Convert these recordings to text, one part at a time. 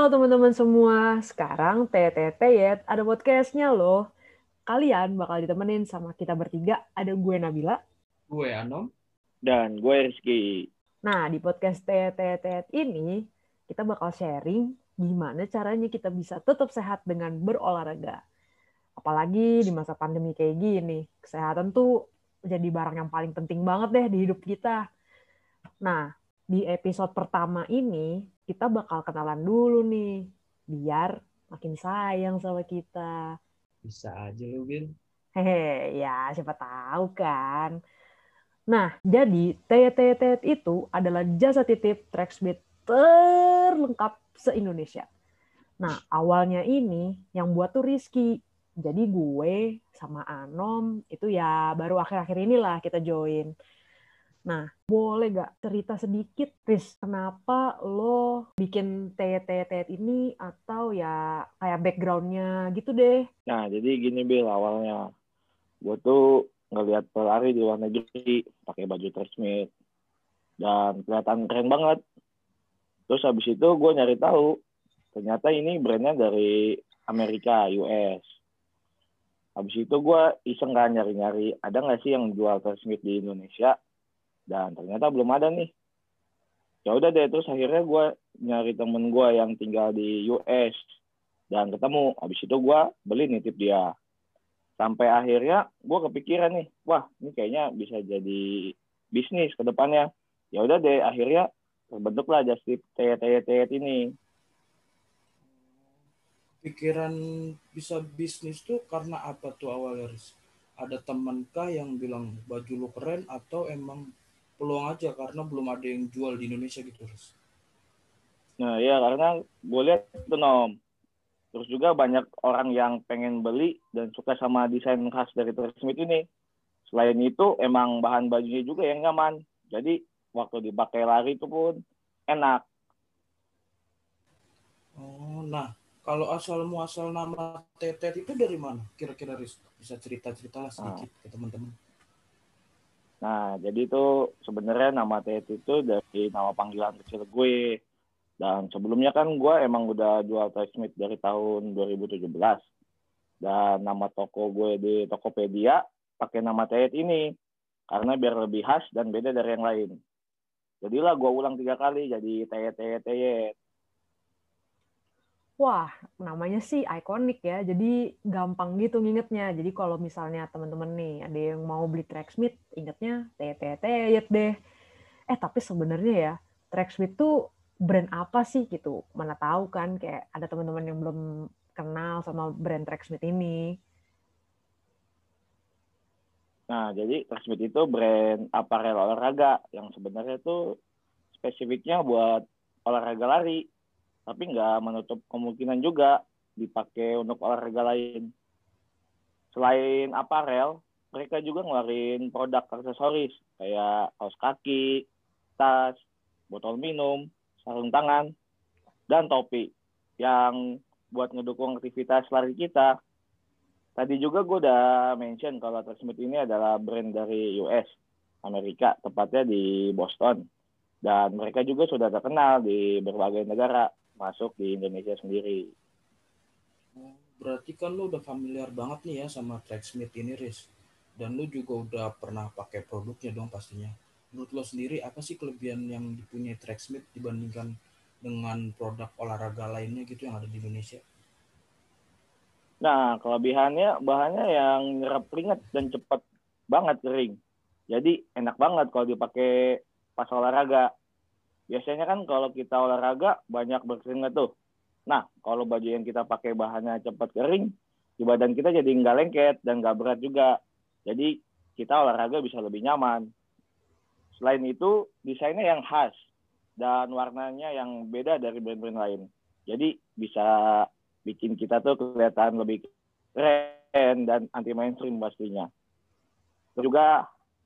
teman-teman semua, sekarang TTT ada podcastnya loh. Kalian bakal ditemenin sama kita bertiga, ada gue Nabila. Gue Anom. Dan gue Rizky. Nah, di podcast TTT ini, kita bakal sharing gimana caranya kita bisa tetap sehat dengan berolahraga. Apalagi di masa pandemi kayak gini, kesehatan tuh jadi barang yang paling penting banget deh di hidup kita. Nah, di episode pertama ini, kita bakal kenalan dulu nih, biar makin sayang sama kita. Bisa aja lu, Bil. Hehe, ya siapa tahu kan. Nah, jadi TTT itu adalah jasa titip Tracksmith terlengkap se-Indonesia. Nah, awalnya ini yang buat tuh Rizky. Jadi gue sama Anom itu ya baru akhir-akhir inilah kita join. Nah, boleh gak cerita sedikit, Riz, kenapa lo bikin TTT ini atau ya kayak background-nya gitu deh? Nah, jadi gini Bil, awalnya gue tuh ngelihat pelari di luar negeri pakai baju Tracksmith dan kelihatan keren banget. Terus habis itu gue nyari tahu, ternyata ini brandnya dari Amerika, US. Habis itu gue iseng kan nyari-nyari, ada nggak sih yang jual Tracksmith di Indonesia? Dan ternyata belum ada nih. Ya udah deh, terus akhirnya gue nyari temen gue yang tinggal di US dan ketemu. Habis itu gue beli nitip dia. Sampai akhirnya gue kepikiran nih, wah ini kayaknya bisa jadi bisnis ke depannya. Ya udah deh, akhirnya terbentuklah Just Tip TYT ini. Pikiran bisa bisnis tuh karena apa tuh awalnya, Riz? Ada teman kah yang bilang baju lu keren atau emang peluang aja karena belum ada yang jual di Indonesia gitu, Riz? Nah ya karena gue lihat itu Nom. Terus juga banyak orang yang pengen beli dan suka sama desain khas dari Tracksmith ini. Selain itu emang bahan bajunya juga yang nyaman. Jadi waktu dipakai lari itu pun enak. Oh, nah kalau asal muasal nama Tetet itu dari mana? Kira-kira, Riz? Bisa cerita-cerita lah Nah, sedikit ke teman-teman. Nah, jadi itu sebenarnya nama TET itu dari nama panggilan kecil gue. Dan sebelumnya kan gue emang udah jual Tracksmith dari tahun 2017. Dan nama toko gue di Tokopedia pakai nama TET ini. Karena biar lebih khas dan beda dari yang lain. Jadilah gue ulang 3 kali jadi TET. Wah, namanya sih ikonik ya, jadi gampang gitu ngingetnya. Jadi kalau misalnya teman-teman nih ada yang mau beli Tracksmith, ingetnya TTT deh. Tapi sebenarnya ya, Tracksmith tuh brand apa sih gitu? Mana tahu kan, kayak ada teman-teman yang belum kenal sama brand Tracksmith ini. Nah, jadi Tracksmith itu brand aparel olahraga yang sebenarnya itu spesifiknya buat olahraga lari. Tapi nggak menutup kemungkinan juga dipakai untuk olahraga lain. Selain aparel, mereka juga ngeluarin produk aksesoris kayak kaos kaki, tas, botol minum, sarung tangan, dan topi yang buat ngedukung aktivitas lari kita. Tadi juga gue udah mention kalau Tracksmith ini adalah brand dari US, Amerika, tepatnya di Boston. Dan mereka juga sudah terkenal di berbagai negara, masuk di Indonesia sendiri. Berarti kan lu udah familiar banget nih ya sama Tracksmith ini, Riz. Dan lu juga udah pernah pakai produknya dong pastinya. Menurut lo sendiri apa sih kelebihan yang dipunyai Tracksmith dibandingkan dengan produk olahraga lainnya gitu yang ada di Indonesia? Nah, kelebihannya bahannya yang nyerap keringat dan cepat banget kering. Jadi enak banget kalau dipakai pas olahraga. Biasanya kan kalau kita olahraga banyak berkeringat tuh. Nah, kalau baju yang kita pakai bahannya cepat kering, di badan kita jadi nggak lengket dan nggak berat juga. Jadi kita olahraga bisa lebih nyaman. Selain itu, desainnya yang khas dan warnanya yang beda dari brand-brand lain. Jadi bisa bikin kita tuh kelihatan lebih keren dan anti mainstream pastinya. Terus juga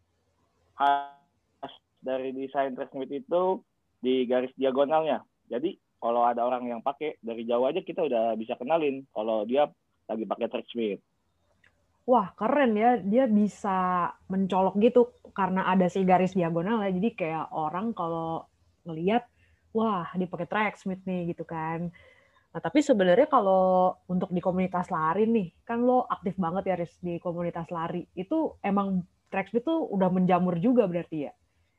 khas dari desain Tracksmith itu di garis diagonalnya. Jadi kalau ada orang yang pakai dari jauh aja kita udah bisa kenalin kalau dia lagi pakai Tracksmith. Wah, keren ya. Dia bisa mencolok gitu karena ada si garis diagonal ya. Jadi kayak orang kalau ngelihat, wah, dia pakai Tracksmith nih gitu kan. Nah, tapi sebenarnya kalau untuk di komunitas lari nih, kan lo aktif banget ya, Riz, di komunitas lari. Itu emang Trackspeed tuh udah menjamur juga berarti ya?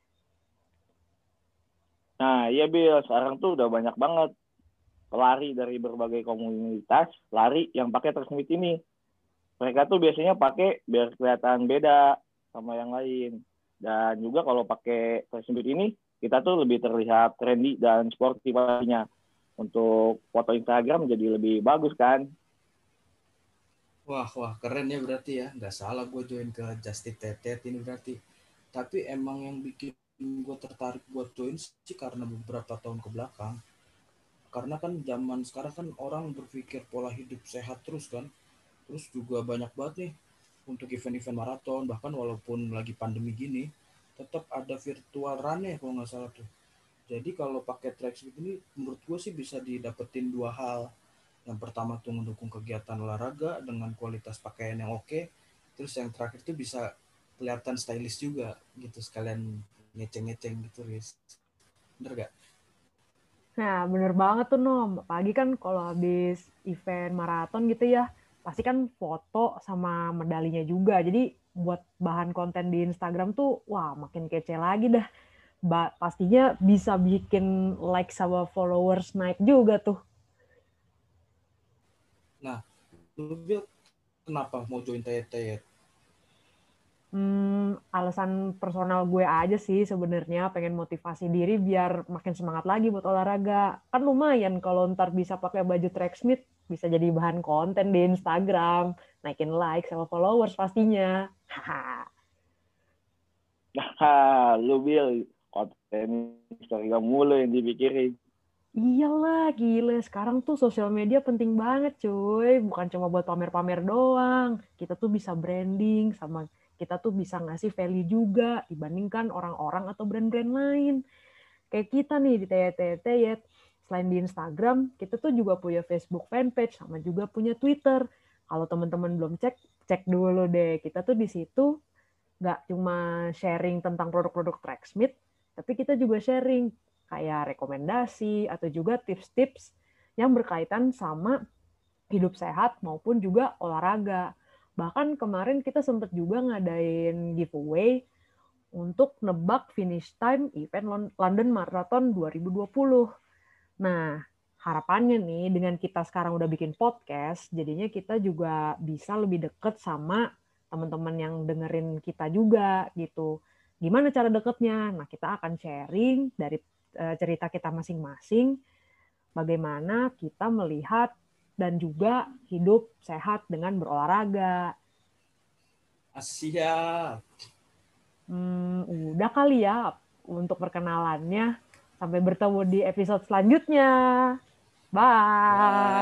Nah, iya Bil, sekarang tuh udah banyak banget pelari dari berbagai komunitas lari yang pakai Tracksmith ini. Mereka tuh biasanya pakai biar kelihatan beda sama yang lain. Dan juga kalau pakai Tracksmith ini, kita tuh lebih terlihat trendy dan sporty pastinya. Untuk foto Instagram jadi lebih bagus kan? Wah, wah, keren ya berarti ya. Nggak salah gue join ke Just Tip Tetet ini berarti. Tapi emang yang bikin gue tertarik buat join sih karena beberapa tahun ke belakang. Karena kan zaman sekarang kan orang berpikir pola hidup sehat terus kan. Terus juga banyak banget nih untuk event-event maraton. Bahkan walaupun lagi pandemi gini, tetap ada virtual run ya kalau nggak salah tuh. Jadi kalau pakai Tracksmith ini menurut gue sih bisa didapetin dua hal. Yang pertama tuh mendukung kegiatan olahraga dengan kualitas pakaian yang oke. Terus yang terakhir tuh bisa kelihatan stylish juga gitu sekalian ngeceng-ngeceng gitu, Riz. Bener gak? Nah, bener banget tuh, Nom. Apalagi kan kalau habis event maraton gitu ya, pasti kan foto sama medalinya juga. Jadi buat bahan konten di Instagram tuh, wah makin kece lagi dah. Pastinya bisa bikin like sama followers naik juga tuh. Nah, lu Bill, kenapa mau join Tayet-Tayet? Alasan personal gue aja sih sebenarnya pengen motivasi diri biar makin semangat lagi buat olahraga. Kan lumayan kalau ntar bisa pakai baju Tracksmith, bisa jadi bahan konten di Instagram, naikin like sama followers pastinya. Haha. Nah, lu Bil, konten Instagram mulu yang dipikirin. Iyalah, gile. Sekarang tuh sosial media penting banget, cuy. Bukan cuma buat pamer-pamer doang. Kita tuh bisa branding, sama kita tuh bisa ngasih value juga dibandingkan orang-orang atau brand-brand lain. Kayak kita nih di Tayet. Selain di Instagram, kita tuh juga punya Facebook fanpage, sama juga punya Twitter. Kalau teman-teman belum cek, cek dulu deh. Kita tuh di situ nggak cuma sharing tentang produk-produk Tracksmith, tapi kita juga sharing kayak rekomendasi atau juga tips-tips yang berkaitan sama hidup sehat maupun juga olahraga. Bahkan kemarin kita sempat juga ngadain giveaway untuk nebak finish time event London Marathon 2020. Nah, harapannya nih dengan kita sekarang udah bikin podcast, jadinya kita juga bisa lebih deket sama teman-teman yang dengerin kita juga gitu. Gimana cara deketnya? Nah, kita akan sharing dari cerita kita masing-masing, bagaimana kita melihat dan juga hidup sehat dengan berolahraga. Siap. Udah kali ya untuk perkenalannya. Sampai bertemu di episode selanjutnya. Bye. Bye.